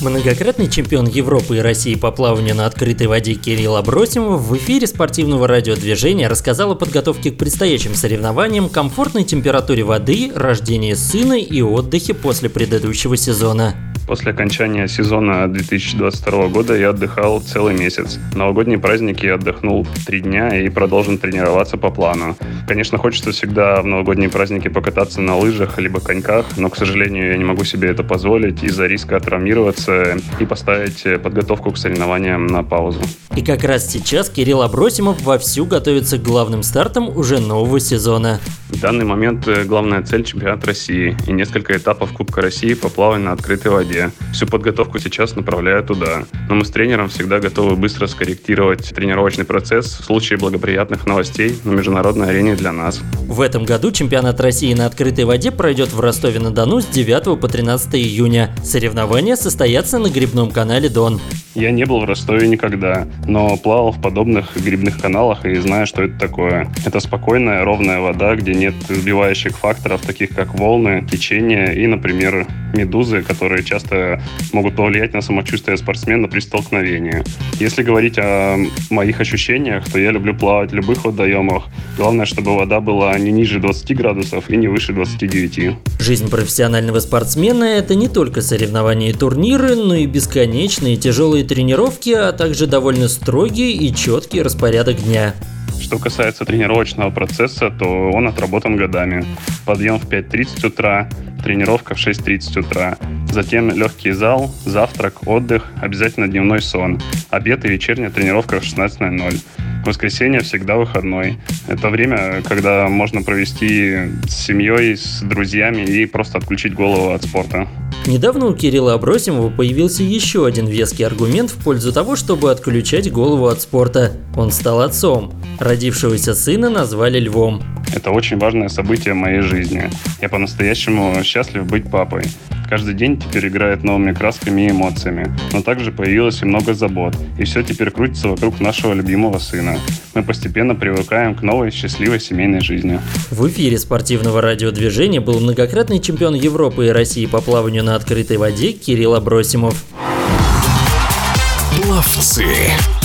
Многократный чемпион Европы и России по плаванию на открытой воде Кирилл Абросимов в эфире спортивного радиодвижения рассказал о подготовке к предстоящим соревнованиям, комфортной температуре воды, рождении сына и отдыхе после предыдущего сезона. После окончания сезона 2022 года я отдыхал целый месяц. В новогодние праздники я отдохнул 3 дня и продолжен тренироваться по плану. Конечно, хочется всегда в новогодние праздники покататься на лыжах либо коньках, но, к сожалению, я не могу себе это позволить из-за риска травмироваться и поставить подготовку к соревнованиям на паузу. И как раз сейчас Кирилл Абросимов вовсю готовится к главным стартам уже нового сезона. В данный момент главная цель — чемпионат России и несколько этапов Кубка России по плаванию на открытой воде. Всю подготовку сейчас направляю туда. Но мы с тренером всегда готовы быстро скорректировать тренировочный процесс в случае благоприятных новостей на международной арене для нас. В этом году чемпионат России на открытой воде пройдет в Ростове-на-Дону с 9 по 13 июня. Соревнования состоятся на гребном канале Дон. Я не был в Ростове никогда, но плавал в подобных гребных каналах и знаю, что это такое. Это спокойная, ровная вода, где нет сбивающих факторов, таких как волны, течение и, например, медузы, которые часто могут повлиять на самочувствие спортсмена при столкновении. Если говорить о моих ощущениях, то я люблю плавать в любых водоемах. Главное, чтобы вода была не ниже 20 градусов и не выше 29. Жизнь профессионального спортсмена – это не только соревнования и турниры, но и бесконечные тяжелые тренировки, а также довольно строгий и четкий распорядок дня. Что касается тренировочного процесса, то он отработан годами. Подъем в 5:30 утра, тренировка в 6:30 утра. Затем легкий зал, завтрак, отдых, обязательно дневной сон. Обед и вечерняя тренировка в 16:00. Воскресенье всегда выходной. Это время, когда можно провести с семьей, с друзьями и просто отключить голову от спорта. Недавно у Кирилла Абросимова появился еще один веский аргумент в пользу того, чтобы отключать голову от спорта. Он стал отцом. Родившегося сына назвали Львом. Это очень важное событие в моей жизни. Я по-настоящему счастлив быть папой. Каждый день теперь играет новыми красками и эмоциями, но также появилось и много забот, и все теперь крутится вокруг нашего любимого сына. Мы постепенно привыкаем к новой счастливой семейной жизни. В эфире спортивного радиодвижения был многократный чемпион Европы и России по плаванию на открытой воде Кирилл Абросимов. Пловцы.